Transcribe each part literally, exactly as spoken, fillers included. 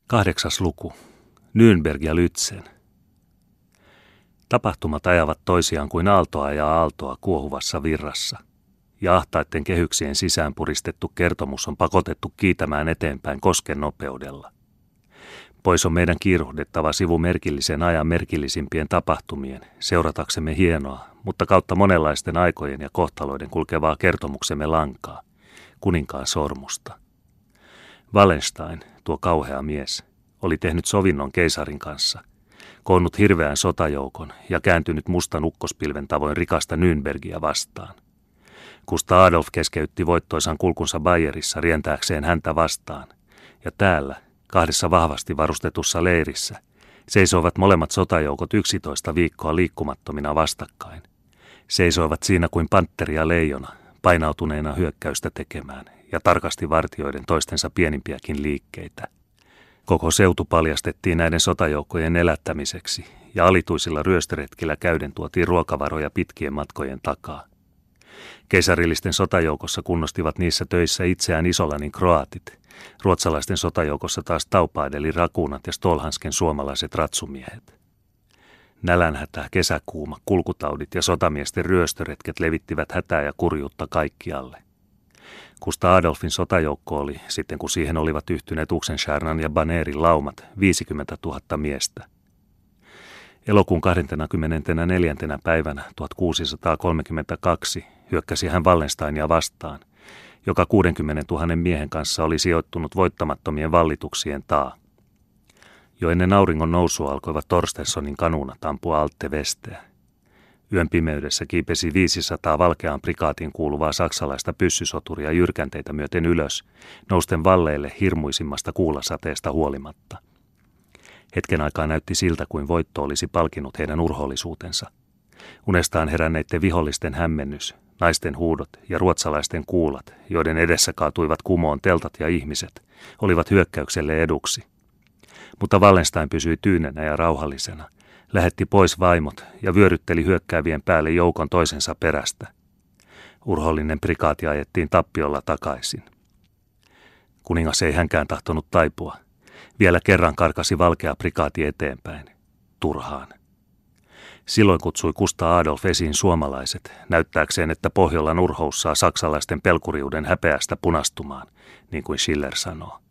Kahdeksas luku. Nürnberg ja Lützen. Tapahtumat ajavat toisiaan kuin aalto ajaa aaltoa kuohuvassa virrassa. Ja ahtaitten kehyksien sisään puristettu kertomus on pakotettu kiitämään eteenpäin kosken nopeudella. Pois on meidän kiiruhdettava sivu merkillisen ajan merkillisimpien tapahtumien, seurataksemme hienoa, mutta kautta monenlaisten aikojen ja kohtaloiden kulkevaa kertomuksemme lankaa, kuninkaan sormusta. Wallenstein, tuo kauhea mies, oli tehnyt sovinnon keisarin kanssa, koonnut hirveän sotajoukon ja kääntynyt mustan ukkospilven tavoin rikasta Nürnbergia vastaan. Kustaa Adolf keskeytti voittoisan kulkunsa Bayerissa rientääkseen häntä vastaan, ja täällä, kahdessa vahvasti varustetussa leirissä, seisoivat molemmat sotajoukot yksitoista viikkoa liikkumattomina vastakkain. Seisoivat siinä kuin pantteri ja leijona, painautuneena hyökkäystä tekemään ja tarkasti vartioiden toistensa pienimpiäkin liikkeitä. Koko seutu paljastettiin näiden sotajoukkojen elättämiseksi ja alituisilla ryöstöretkillä käyden tuotiin ruokavaroja pitkien matkojen takaa. Keisarillisten sotajoukossa kunnostivat niissä töissä itseään Isolanin kroatit, ruotsalaisten sotajoukossa taas Taupaad eli rakuunat ja Stolhansken suomalaiset ratsumiehet. Nälänhätä, kesäkuuma, kulkutaudit ja sotamiesten ryöstöretket levittivät hätää ja kurjuutta kaikkialle. Kustaa Adolfin sotajoukko oli, sitten kun siihen olivat yhtyneet Oxenstiernan ja Banerin laumat, viisikymmentätuhatta miestä. Elokuun kahdeskymmenesneljäs päivänä tuhatkuusisataakolmekymmentäkaksi hyökkäsi hän Wallensteinia vastaan, joka kuudenkymmenentuhannen miehen kanssa oli sijoittunut voittamattomien vallituksien taa. Jo ennen auringon nousua alkoivat Torstenssonin kanuunat ampua Alte Westeä. Yön pimeydessä kiipesi viisisataa valkeaan prikaatiin kuuluvaa saksalaista pyssysoturia jyrkänteitä myöten ylös, nousten valleille hirmuisimmasta kuulasateesta huolimatta. Hetken aikaa näytti siltä, kuin voitto olisi palkinut heidän urhoollisuutensa. Unestaan heränneiden vihollisten hämmennys, naisten huudot ja ruotsalaisten kuulat, joiden edessä kaatuivat kumoon teltat ja ihmiset, olivat hyökkäykselle eduksi. Mutta Wallenstein pysyi tyynenä ja rauhallisena, lähetti pois vaimot ja vyörytteli hyökkäävien päälle joukon toisensa perästä. Urhoollinen prikaati ajettiin tappiolla takaisin. Kuningas ei hänkään tahtonut taipua. Vielä kerran karkasi valkea prikaati eteenpäin. Turhaan. Silloin kutsui Kustaa Adolf esiin suomalaiset, näyttääkseen, että Pohjolan urhous saa saksalaisten pelkuriuden häpeästä punastumaan, niin kuin Schiller sanoo.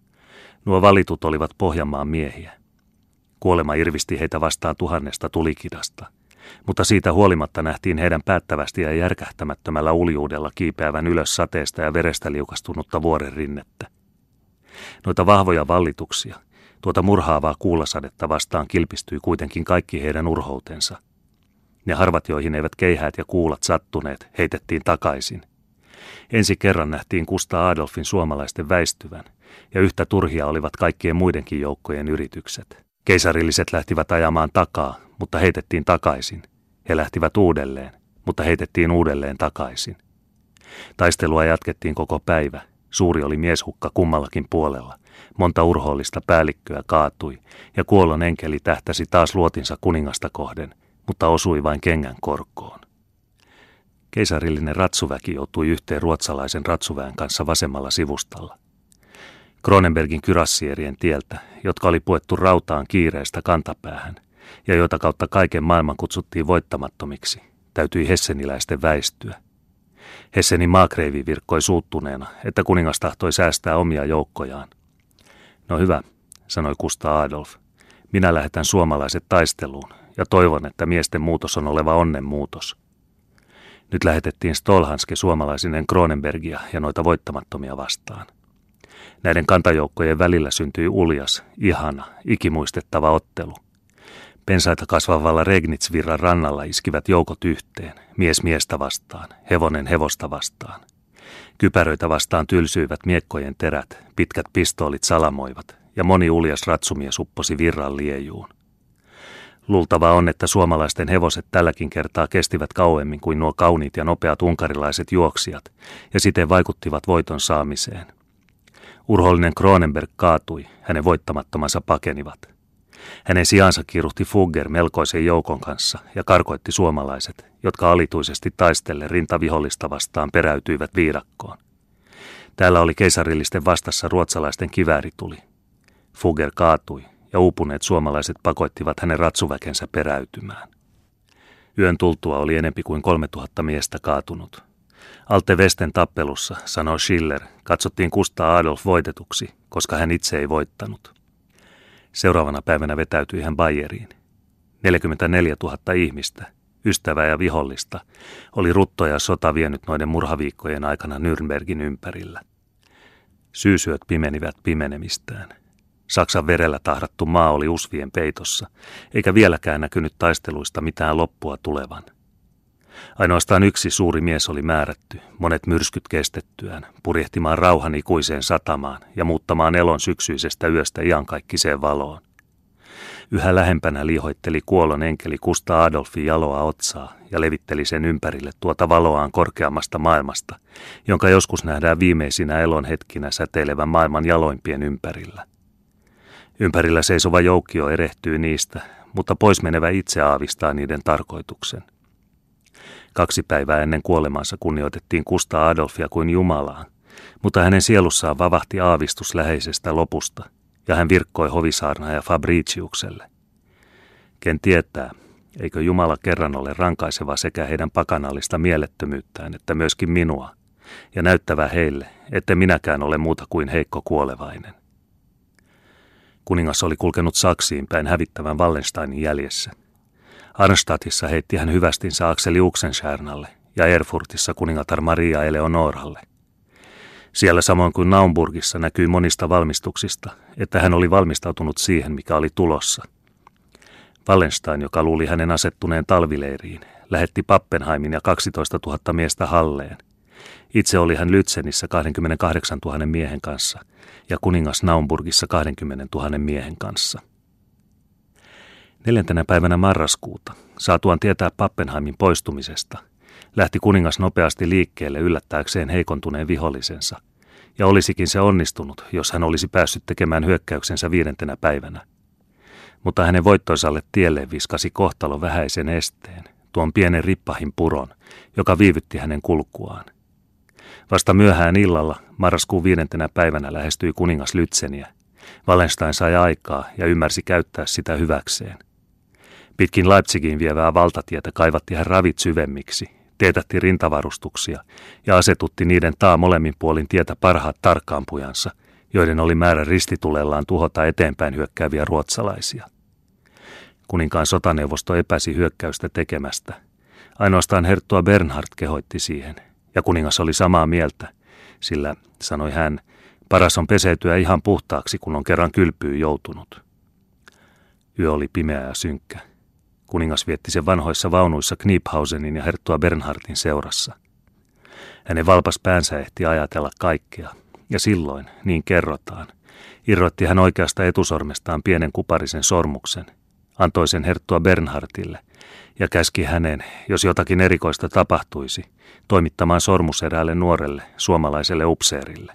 Nuo valitut olivat Pohjanmaan miehiä. Kuolema irvisti heitä vastaan tuhannesta tulikidasta, mutta siitä huolimatta nähtiin heidän päättävästi ja järkähtämättömällä uljuudella kiipeävän ylös sateesta ja verestä liukastunutta vuoren rinnettä. Noita vahvoja vallituksia, tuota murhaavaa kuulasadetta vastaan kilpistyi kuitenkin kaikki heidän urhoutensa. Ne harvat, joihin eivät keihäät ja kuulat sattuneet, heitettiin takaisin. Ensi kerran nähtiin Kustaa Adolfin suomalaisten väistyvän, ja yhtä turhia olivat kaikkien muidenkin joukkojen yritykset. Keisarilliset lähtivät ajamaan takaa, mutta heitettiin takaisin. He lähtivät uudelleen, mutta heitettiin uudelleen takaisin. Taistelua jatkettiin koko päivä. Suuri oli mieshukka kummallakin puolella. Monta urhoollista päällikköä kaatui, ja kuollon enkeli tähtäsi taas luotinsa kuningasta kohden, mutta osui vain kengän korkoon. Keisarillinen ratsuväki joutui yhteen ruotsalaisen ratsuväen kanssa vasemmalla sivustalla. Kronenbergin kyrassierien tieltä, jotka oli puettu rautaan kiireestä kantapäähän, ja joita kautta kaiken maailman kutsuttiin voittamattomiksi, täytyi hesseniläisten väistyä. Hessenin maakreivi virkkoi suuttuneena, että kuningas tahtoi säästää omia joukkojaan. No hyvä, sanoi Kustaa Adolf. Minä lähetän suomalaiset taisteluun, ja toivon, että miesten muutos on oleva onnen muutos. Nyt lähetettiin Stolhanske suomalaisinen Kronenbergia ja noita voittamattomia vastaan. Näiden kantajoukkojen välillä syntyi uljas, ihana, ikimuistettava ottelu. Pensaita kasvavalla Regnitsvirran rannalla iskivät joukot yhteen, mies miestä vastaan, hevonen hevosta vastaan. Kypäröitä vastaan tylsyivät miekkojen terät, pitkät pistoolit salamoivat, ja moni uljas ratsumies upposi virran liejuun. Luultavaa on, että suomalaisten hevoset tälläkin kertaa kestivät kauemmin kuin nuo kauniit ja nopeat unkarilaiset juoksijat, ja siten vaikuttivat voiton saamiseen. Urhoollinen Kronenberg kaatui, hänen voittamattomansa pakenivat. Hänen sijansa kiiruhti Fugger melkoisen joukon kanssa ja karkoitti suomalaiset, jotka alituisesti taistellen rintavihollista vastaan peräytyivät viidakkoon. Täällä oli keisarillisten vastassa ruotsalaisten kiväärituli. Fugger kaatui ja uupuneet suomalaiset pakoittivat hänen ratsuväkensä peräytymään. Yön tultua oli enempi kuin kolmetuhatta miestä kaatunut. Alte Westen tappelussa, sanoi Schiller, katsottiin Kustaa Adolf voitetuksi, koska hän itse ei voittanut. Seuraavana päivänä vetäytyi hän Bayeriin. neljäkymmentäneljätuhatta ihmistä, ystävää ja vihollista, oli rutto ja sota vienyt noiden murhaviikkojen aikana Nürnbergin ympärillä. Syysyöt pimenivät pimenemistään. Saksan verellä tahrattu maa oli usvien peitossa, eikä vieläkään näkynyt taisteluista mitään loppua tulevan. Ainoastaan yksi suuri mies oli määrätty, monet myrskyt kestettyään, purjehtimaan rauhan ikuiseen satamaan ja muuttamaan elon syksyisestä yöstä iankaikkiseen valoon. Yhä lähempänä lihoitteli kuolon enkeli Kustaa Adolfin jaloa otsaa ja levitteli sen ympärille tuota valoaan korkeammasta maailmasta, jonka joskus nähdään viimeisinä elon hetkinä säteilevän maailman jaloimpien ympärillä. Ympärillä seisova joukkio erehtyy niistä, mutta poismenevä itse aavistaa niiden tarkoituksen. Kaksi päivää ennen kuolemaansa kunnioitettiin Kustaa Adolfia kuin Jumalaa, mutta hänen sielussaan vavahti aavistus läheisestä lopusta, ja hän virkkoi hovisaarnaaja Fabriciukselle. Ken tietää, eikö Jumala kerran ole rankaiseva sekä heidän pakanallista mielettömyyttään että myöskin minua, ja näyttävä heille, että minäkään ole muuta kuin heikko kuolevainen. Kuningas oli kulkenut Saksiin päin hävittävän Wallensteinin jäljessä. Arnstadtissa heitti hän hyvästinsä Akseli Oxenstiernalle ja Erfurtissa kuningatar Maria Eleonoralle. Siellä samoin kuin Naumburgissa näkyi monista valmistuksista, että hän oli valmistautunut siihen, mikä oli tulossa. Wallenstein, joka luuli hänen asettuneen talvileiriin, lähetti Pappenheimin ja kaksitoistatuhatta miestä Halleen. Itse oli hän Lützenissä kaksikymmentäkahdeksantuhatta miehen kanssa ja kuningas Naumburgissa kaksikymmentätuhatta miehen kanssa. Neljäntenä päivänä marraskuuta, saatuaan tietää Pappenheimin poistumisesta, lähti kuningas nopeasti liikkeelle yllättääkseen heikontuneen vihollisensa, ja olisikin se onnistunut, jos hän olisi päässyt tekemään hyökkäyksensä viidentenä päivänä. Mutta hänen voittoisalle tielle viskasi kohtalo vähäisen esteen, tuon pienen rippahin puron, joka viivytti hänen kulkuaan. Vasta myöhään illalla, marraskuun viidentenä päivänä lähestyi kuningas Lützeniä. Wallenstein sai aikaa ja ymmärsi käyttää sitä hyväkseen. Pitkin Leipzigiin vievää valtatietä kaivatti hän ravit syvemmiksi, teetätti rintavarustuksia ja asetutti niiden taa molemmin puolin tietä parhaat tarkkaampujansa, joiden oli määrä ristitulellaan tuhota eteenpäin hyökkääviä ruotsalaisia. Kuninkaan sotaneuvosto epäsi hyökkäystä tekemästä. Ainoastaan herttua Bernhard kehoitti siihen, ja kuningas oli samaa mieltä, sillä, sanoi hän, paras on peseytyä ihan puhtaaksi, kun on kerran kylpyyn joutunut. Yö oli pimeä ja synkkä. Kuningas vietti sen vanhoissa vaunuissa Kniphausenin ja herttua Bernhardin seurassa. Hänen valpas päänsä ehti ajatella kaikkea, ja silloin, niin kerrotaan, irrotti hän oikeasta etusormestaan pienen kuparisen sormuksen, antoi sen herttua Bernhardille ja käski hänen, jos jotakin erikoista tapahtuisi, toimittamaan sormus eräälle nuorelle suomalaiselle upseerille.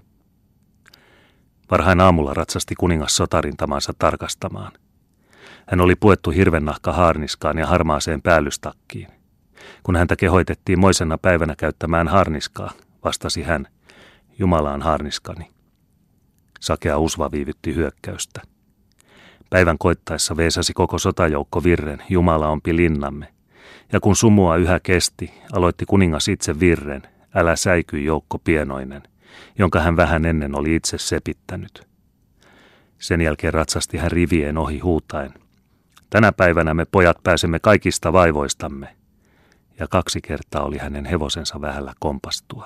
Varhain aamulla ratsasti kuningas sotarintamaansa tarkastamaan. Hän oli puettu hirvennahka haarniskaan ja harmaaseen päällystakkiin. Kun häntä kehoitettiin moisena päivänä käyttämään harniskaa, vastasi hän, Jumala on harniskani. Sakea usva viivytti hyökkäystä. Päivän koittaessa veesasi koko sotajoukko virren, Jumala ompi linnamme. Ja kun sumua yhä kesti, aloitti kuningas itse virren, älä säiky joukko pienoinen, jonka hän vähän ennen oli itse sepittänyt. Sen jälkeen ratsasti hän rivien ohi huutaen, tänä päivänä me pojat pääsemme kaikista vaivoistamme, ja kaksi kertaa oli hänen hevosensa vähällä kompastua.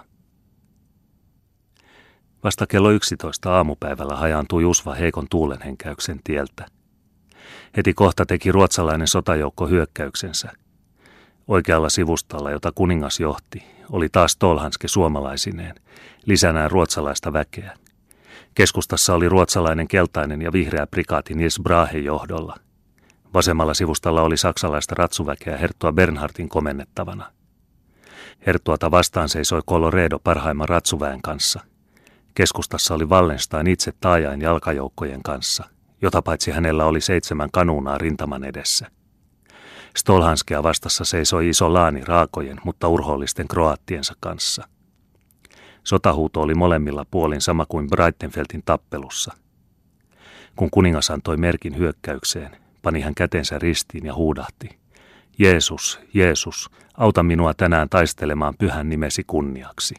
Vasta kello yksitoista aamupäivällä hajaantui usva heikon tuulenhenkäyksen tieltä. Heti kohta teki ruotsalainen sotajoukko hyökkäyksensä. Oikealla sivustalla, jota kuningas johti, oli taas Stolhanske suomalaisineen, lisänään ruotsalaista väkeä. Keskustassa oli ruotsalainen keltainen ja vihreä prikaati Nils Brahe johdolla. Vasemmalla sivustalla oli saksalaista ratsuväkeä herttua Bernhardin komennettavana. Herttuata vastaan seisoi Colloredo parhaimman ratsuväen kanssa. Keskustassa oli Wallenstein itse taajain jalkajoukkojen kanssa, jota paitsi hänellä oli seitsemän kanuunaa rintaman edessä. Stolhanskea vastassa seisoi iso laani raakojen, mutta urhoollisten kroattiensa kanssa. Sotahuuto oli molemmilla puolin sama kuin Breitenfeldin tappelussa. Kun kuningas antoi merkin hyökkäykseen, pani hän kätensä ristiin ja huudahti: Jeesus, Jeesus, auta minua tänään taistelemaan pyhän nimesi kunniaksi.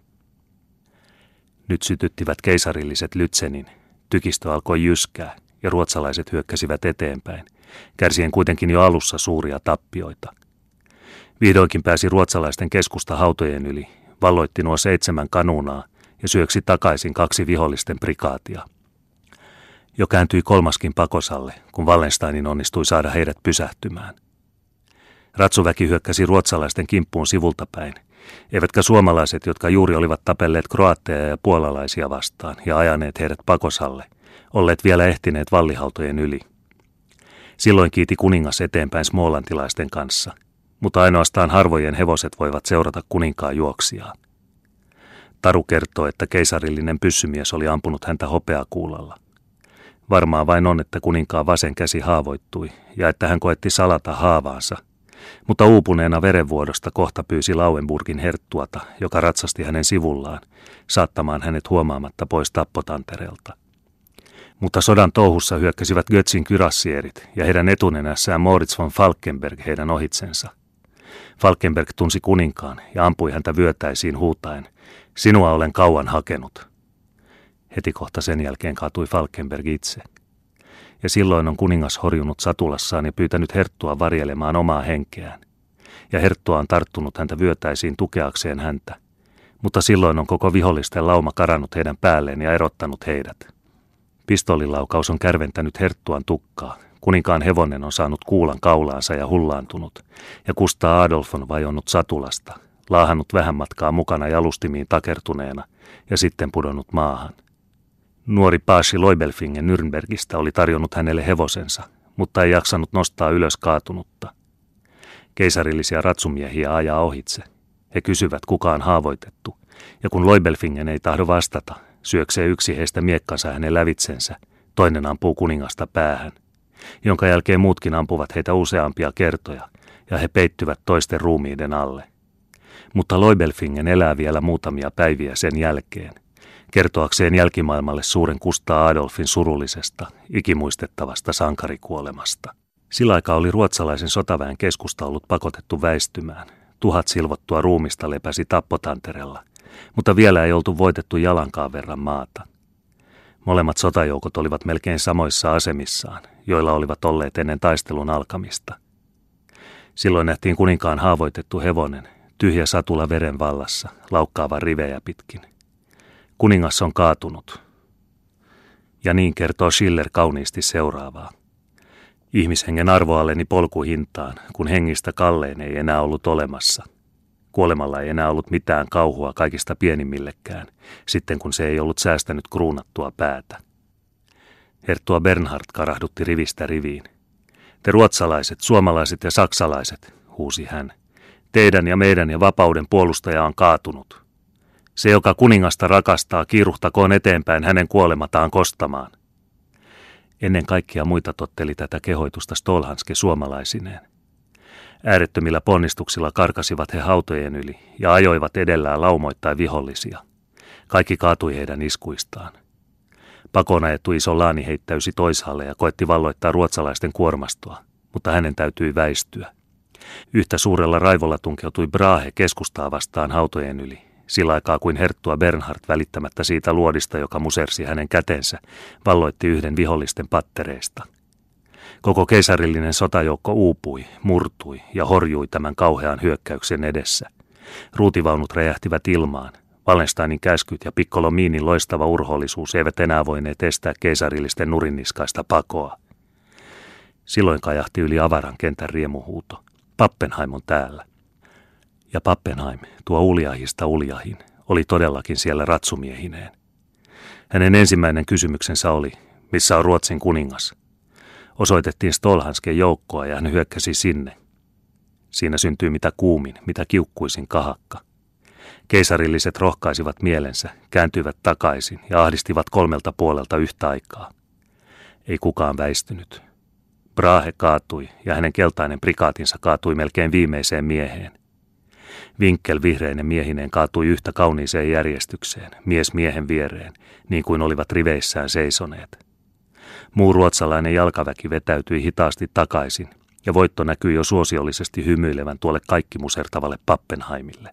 Nyt sytyttivät keisarilliset Lützenin, tykistö alkoi jyskää ja ruotsalaiset hyökkäsivät eteenpäin, kärsien kuitenkin jo alussa suuria tappioita. Vihdoinkin pääsi ruotsalaisten keskusta hautojen yli, valloitti nuo seitsemän kanuunaa ja syöksi takaisin kaksi vihollisten prikaatia. Jo kääntyi kolmaskin pakosalle, kun Wallensteinin onnistui saada heidät pysähtymään. Ratsuväki hyökkäsi ruotsalaisten kimppuun sivultapäin, eivätkä suomalaiset, jotka juuri olivat tapelleet kroatteja ja puolalaisia vastaan ja ajaneet heidät pakosalle, olleet vielä ehtineet vallihautojen yli. Silloin kiiti kuningas eteenpäin smolantilaisten kanssa, mutta ainoastaan harvojen hevoset voivat seurata kuninkaan juoksijaa. Taru kertoo, että keisarillinen pyssymies oli ampunut häntä hopeakuulalla. Varmaa vain on, että kuninkaan vasen käsi haavoittui ja että hän koetti salata haavaansa, mutta uupuneena verenvuodosta kohta pyysi Lauenburgin herttuata, joka ratsasti hänen sivullaan, saattamaan hänet huomaamatta pois tappotantereelta. Mutta sodan touhussa hyökkäsivät Götzin kyrassierit ja heidän etunenässään Moritz von Falkenberg heidän ohitsensa. Falkenberg tunsi kuninkaan ja ampui häntä vyötäisiin huutaen: Sinua olen kauan hakenut. Heti kohta sen jälkeen kaatui Falkenberg itse. Ja silloin on kuningas horjunut satulassaan ja pyytänyt herttua varjelemaan omaa henkeään. Ja herttua on tarttunut häntä vyötäisiin tukeakseen häntä. Mutta silloin on koko vihollisten lauma karannut heidän päälleen ja erottanut heidät. Pistolilaukaus on kärventänyt herttuan tukkaa. Kuninkaan hevonen on saanut kuulan kaulaansa ja hullaantunut. Ja Kustaa Adolf on vajonnut satulasta, laahannut vähän matkaa mukana jalustimiin takertuneena ja sitten pudonnut maahan. Nuori paasi Loibelfingen Nürnbergistä oli tarjonnut hänelle hevosensa, mutta ei jaksanut nostaa ylös kaatunutta. Keisarillisia ratsumiehiä ajaa ohitse. He kysyvät, kuka on haavoitettu, ja kun Loibelfingen ei tahdo vastata, syöksee yksi heistä miekkansa hänen lävitsensä, toinen ampuu kuningasta päähän, jonka jälkeen muutkin ampuvat heitä useampia kertoja, ja he peittyvät toisten ruumiiden alle. Mutta Loibelfingen elää vielä muutamia päiviä sen jälkeen, kertoakseen jälkimaailmalle suuren Kustaa Adolfin surullisesta, ikimuistettavasta sankarikuolemasta. Sillä aikaa oli ruotsalaisen sotaväen keskusta ollut pakotettu väistymään. Tuhat silvottua ruumista lepäsi tappotanterella, mutta vielä ei oltu voitettu jalankaan verran maata. Molemmat sotajoukot olivat melkein samoissa asemissaan, joilla olivat olleet ennen taistelun alkamista. Silloin nähtiin kuninkaan haavoitettu hevonen, tyhjä satula veren vallassa, laukkaava rivejä pitkin. Kuningas on kaatunut. Ja niin kertoo Schiller kauniisti seuraavaa. Ihmishengen arvoalleni polkuhintaan, kun hengistä kallein ei enää ollut olemassa. Kuolemalla ei enää ollut mitään kauhua kaikista pienimmillekään, sitten kun se ei ollut säästänyt kruunattua päätä. Herttua Bernhard karahdutti rivistä riviin. Te ruotsalaiset, suomalaiset ja saksalaiset, huusi hän. Teidän ja meidän ja vapauden puolustaja on kaatunut. Se, joka kuningasta rakastaa, kiiruhtakoon eteenpäin hänen kuolemataan kostamaan. Ennen kaikkia muita totteli tätä kehoitusta Stolhanske suomalaisineen. Äärettömillä ponnistuksilla karkasivat he hautojen yli ja ajoivat edellään laumoittain vihollisia. Kaikki kaatui heidän iskuistaan. Pakoon ajettu Isolani heittäysi toisaalle ja koetti valloittaa ruotsalaisten kuormastoa, mutta hänen täytyi väistyä. Yhtä suurella raivolla tunkeutui Brahe keskustaa vastaan hautojen yli, sillä aikaa kuin herttua Bernhard välittämättä siitä luodista, joka musersi hänen kätensä, valloitti yhden vihollisten pattereista. Koko keisarillinen sotajoukko uupui, murtui ja horjui tämän kauhean hyökkäyksen edessä. Ruutivaunut räjähtivät ilmaan. Wallensteinin käskyt ja Piccolominin loistava urhoollisuus eivät enää voineet estää keisarillisten nurinniskaista pakoa. Silloin kajahti yli avaran kentän riemuhuuto. Pappenheim on täällä. Ja Pappenheim, tuo uljahista uljahin, oli todellakin siellä ratsumiehineen. Hänen ensimmäinen kysymyksensä oli, missä on Ruotsin kuningas. Osoitettiin Stolhansken joukkoa ja hän hyökkäsi sinne. Siinä syntyi mitä kuumin, mitä kiukkuisin kahakka. Keisarilliset rohkaisivat mielensä, kääntyivät takaisin ja ahdistivat kolmelta puolelta yhtä aikaa. Ei kukaan väistynyt. Brahe kaatui ja hänen keltainen prikaatinsa kaatui melkein viimeiseen mieheen. Winkel vihreinen miehineen kaatui yhtä kauniiseen järjestykseen, mies miehen viereen, niin kuin olivat riveissään seisoneet. Muu ruotsalainen jalkaväki vetäytyi hitaasti takaisin, ja voitto näkyi jo suosiollisesti hymyilevän tuolle kaikki musertavalle Pappenheimille.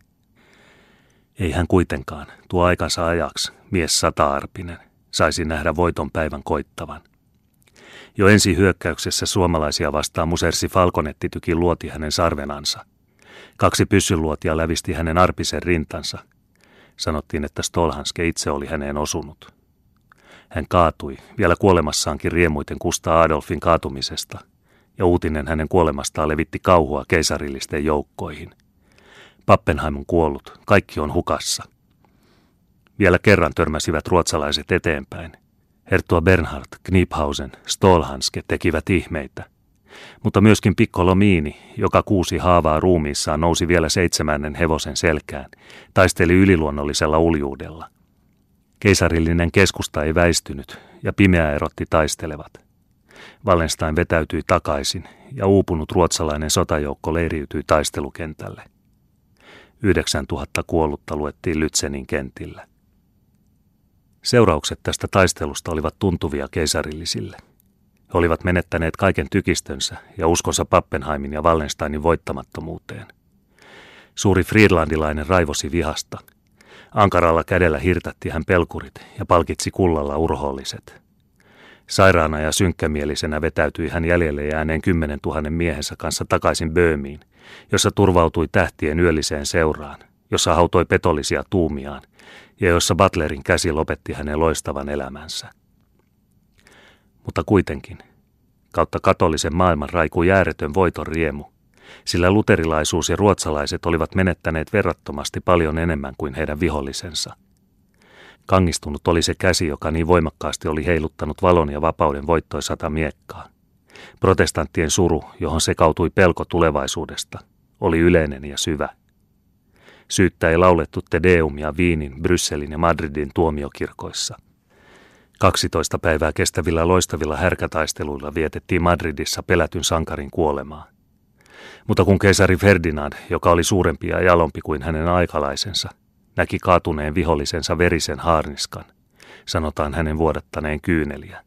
Ei hän kuitenkaan, tuo aikansa ajaksi, mies sata-arpinen, saisi nähdä voiton päivän koittavan. Jo ensi hyökkäyksessä suomalaisia vastaan musersi falkonettitykin luoti hänen sarvenansa. Kaksi pyssyluotia lävisti hänen arpisen rintansa. Sanottiin, että Stålhanske itse oli häneen osunut. Hän kaatui, vielä kuolemassaankin riemuiten Kustaa Adolfin kaatumisesta, ja uutinen hänen kuolemastaan levitti kauhua keisarillisten joukkoihin. Pappenheim on kuollut, kaikki on hukassa. Vielä kerran törmäsivät ruotsalaiset eteenpäin. Herttua Bernhard, Kniphausen, Stålhanske tekivät ihmeitä. Mutta myöskin Piccolomini, joka kuusi haavaa ruumiissaan, nousi vielä seitsemännen hevosen selkään, taisteli yliluonnollisella uljuudella. Keisarillinen keskusta ei väistynyt, ja pimeä erotti taistelevat. Wallenstein vetäytyi takaisin, ja uupunut ruotsalainen sotajoukko leiriytyi taistelukentälle. Yhdeksäntuhatta kuollutta luettiin Lützenin kentillä. Seuraukset tästä taistelusta olivat tuntuvia keisarillisille. He olivat menettäneet kaiken tykistönsä ja uskonsa Pappenheimin ja Wallensteinin voittamattomuuteen. Suuri friedlandilainen raivosi vihasta. Ankaralla kädellä hirtätti hän pelkurit ja palkitsi kullalla urhoolliset. Sairaana ja synkkämielisenä vetäytyi hän jäljelle jääneen kymmenen tuhannen miehensä kanssa takaisin Böömiin, jossa turvautui tähtien yölliseen seuraan, jossa hautoi petollisia tuumiaan ja jossa Butlerin käsi lopetti hänen loistavan elämänsä. Mutta kuitenkin, kautta katolisen maailman raikui ääretön voiton riemu, sillä luterilaisuus ja ruotsalaiset olivat menettäneet verrattomasti paljon enemmän kuin heidän vihollisensa. Kangistunut oli se käsi, joka niin voimakkaasti oli heiluttanut valon ja vapauden voittoisata miekkaa. Protestanttien suru, johon sekautui pelko tulevaisuudesta, oli yleinen ja syvä. Syyttä ei laulettu Te Deumia Viinin, Brysselin ja Madridin tuomiokirkoissa. Kaksitoista päivää kestävillä loistavilla härkätaisteluilla vietettiin Madridissa pelätyn sankarin kuolemaa. Mutta kun keisari Ferdinand, joka oli suurempi ja jalompi kuin hänen aikalaisensa, näki kaatuneen vihollisensa verisen haarniskan, sanotaan hänen vuodattaneen kyyneliä.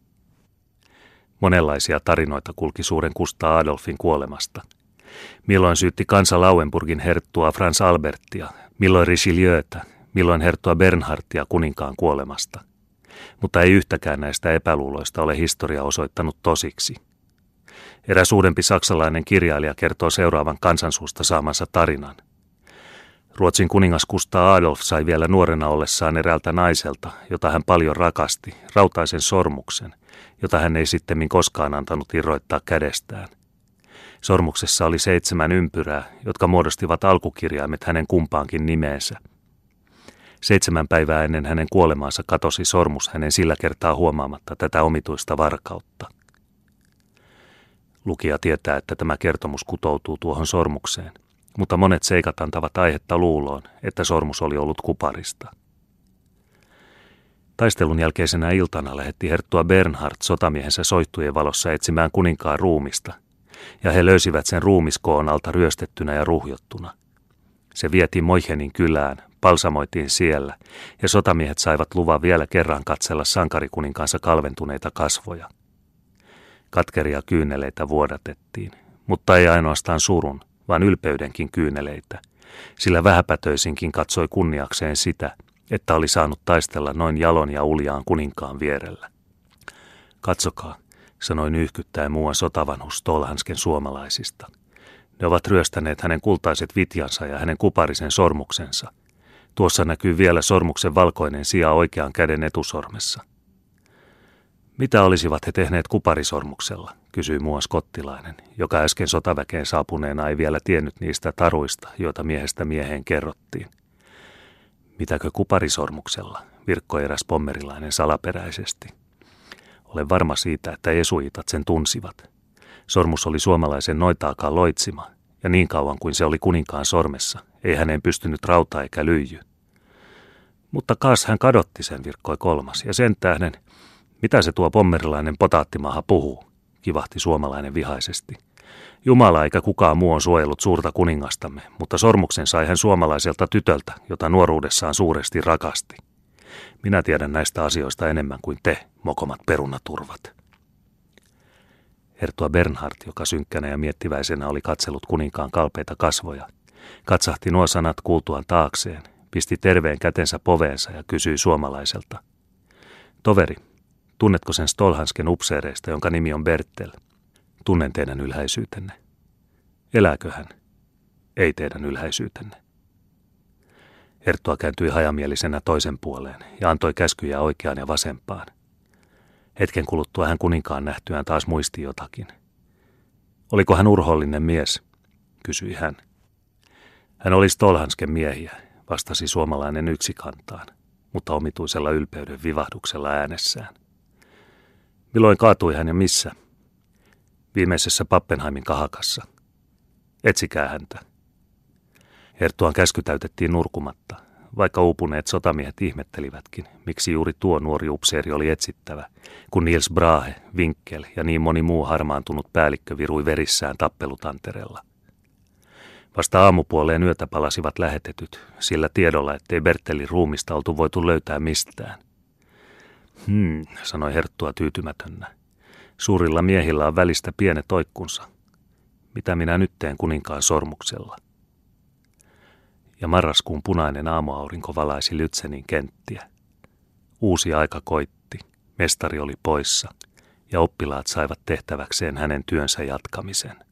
Monenlaisia tarinoita kulki suuren Kustaa Adolfin kuolemasta. Milloin syytti kansa Lauenburgin herttua Franz Albertia, milloin Richelieuta, milloin herttua Bernhardtia kuninkaan kuolemasta. Mutta ei yhtäkään näistä epäluuloista ole historia osoittanut tosiksi. Eräs uudempi saksalainen kirjailija kertoo seuraavan kansansuusta saamansa tarinan. Ruotsin kuningas Kustaa Adolf sai vielä nuorena ollessaan eräältä naiselta, jota hän paljon rakasti, rautaisen sormuksen, jota hän ei sittemmin koskaan antanut irroittaa kädestään. Sormuksessa oli seitsemän ympyrää, jotka muodostivat alkukirjaimet hänen kumpaankin nimeensä. Seitsemän päivää ennen hänen kuolemaansa katosi sormus hänen sillä kertaa huomaamatta tätä omituista varkautta. Lukija tietää, että tämä kertomus kutoutuu tuohon sormukseen, mutta monet seikat antavat aihetta luuloon, että sormus oli ollut kuparista. Taistelun jälkeisenä iltana lähetti herttua Bernhard sotamiehensä soittujen valossa etsimään kuninkaan ruumista, ja he löysivät sen ruumiskoon alta ryöstettynä ja ruhjottuna. Se vietiin Moichenin kylään, palsamoitiin siellä, ja sotamiehet saivat luvan vielä kerran katsella sankarikuninkaansa kalventuneita kasvoja. Katkeria kyyneleitä vuodatettiin, mutta ei ainoastaan surun, vaan ylpeydenkin kyyneleitä, sillä vähäpätöisinkin katsoi kunniakseen sitä, että oli saanut taistella noin jalon ja uljaan kuninkaan vierellä. Katsokaa, sanoi nyyhkyttäen muuan sotavanhus Stålhansken suomalaisista. Ne ovat ryöstäneet hänen kultaiset vitjansa ja hänen kuparisen sormuksensa. Tuossa näkyy vielä sormuksen valkoinen sija oikean käden etusormessa. Mitä olisivat he tehneet kuparisormuksella, kysyi muuan skottilainen, joka äsken sotaväkeen saapuneena ei vielä tiennyt niistä taruista, joita miehestä mieheen kerrottiin. Mitäkö kuparisormuksella, virkkoi eräs pommerilainen salaperäisesti. Olen varma siitä, että jesuitat sen tunsivat. Sormus oli suomalaisen noitaakaan loitsima, ja niin kauan kuin se oli kuninkaan sormessa, ei häneen pystynyt rauta eikä lyijy. Mutta kaas hän kadotti sen, virkkoi kolmas, ja sen tähden, mitä se tuo pommerilainen potaattimaha puhuu, kivahti suomalainen vihaisesti. Jumala eikä kukaan muu on suojellut suurta kuningastamme, mutta sormuksen sai hän suomalaiselta tytöltä, jota nuoruudessaan suuresti rakasti. Minä tiedän näistä asioista enemmän kuin te, mokomat perunaturvat. Herttua Bernhard, joka synkkänä ja miettiväisenä oli katsellut kuninkaan kalpeita kasvoja, katsahti nuo sanat kuultuaan taakseen, pisti terveen kätensä poveensa ja kysyi suomalaiselta. Toveri, tunnetko sen Stolhansken upseereista, jonka nimi on Bertel? Tunnen teidän ylhäisyytenne. Elääkö hän? Ei teidän ylhäisyytenne. Herttua kääntyi hajamielisenä toisen puoleen ja antoi käskyjä oikeaan ja vasempaan. Hetken kuluttua hän kuninkaan nähtyään taas muisti jotakin. Oliko hän urhoollinen mies? Kysyi hän. Hän oli Stolhansken miehiä, vastasi suomalainen yksikantaan, mutta omituisella ylpeyden vivahduksella äänessään. Milloin kaatui hän ja missä? Viimeisessä Pappenheimin kahakassa. Etsikää häntä. Herttuan käsky täytettiin nurkumatta, vaikka uupuneet sotamiehet ihmettelivätkin, miksi juuri tuo nuori upseeri oli etsittävä, kun Niels Brahe, Winkel ja niin moni muu harmaantunut päällikkö virui verissään tappelutantereella. Vasta aamupuoleen yötä palasivat lähetetyt, sillä tiedolla, ettei Bertelin ruumista oltu voitu löytää mistään. Hmm, sanoi Herttua tyytymätönnä. Suurilla miehillä on välistä pienet oikkunsa. Mitä minä nyt teen kuninkaan sormuksella? Ja marraskuun punainen aamuaurinko valaisi Lützenin kenttiä. Uusi aika koitti, mestari oli poissa, ja oppilaat saivat tehtäväkseen hänen työnsä jatkamisen.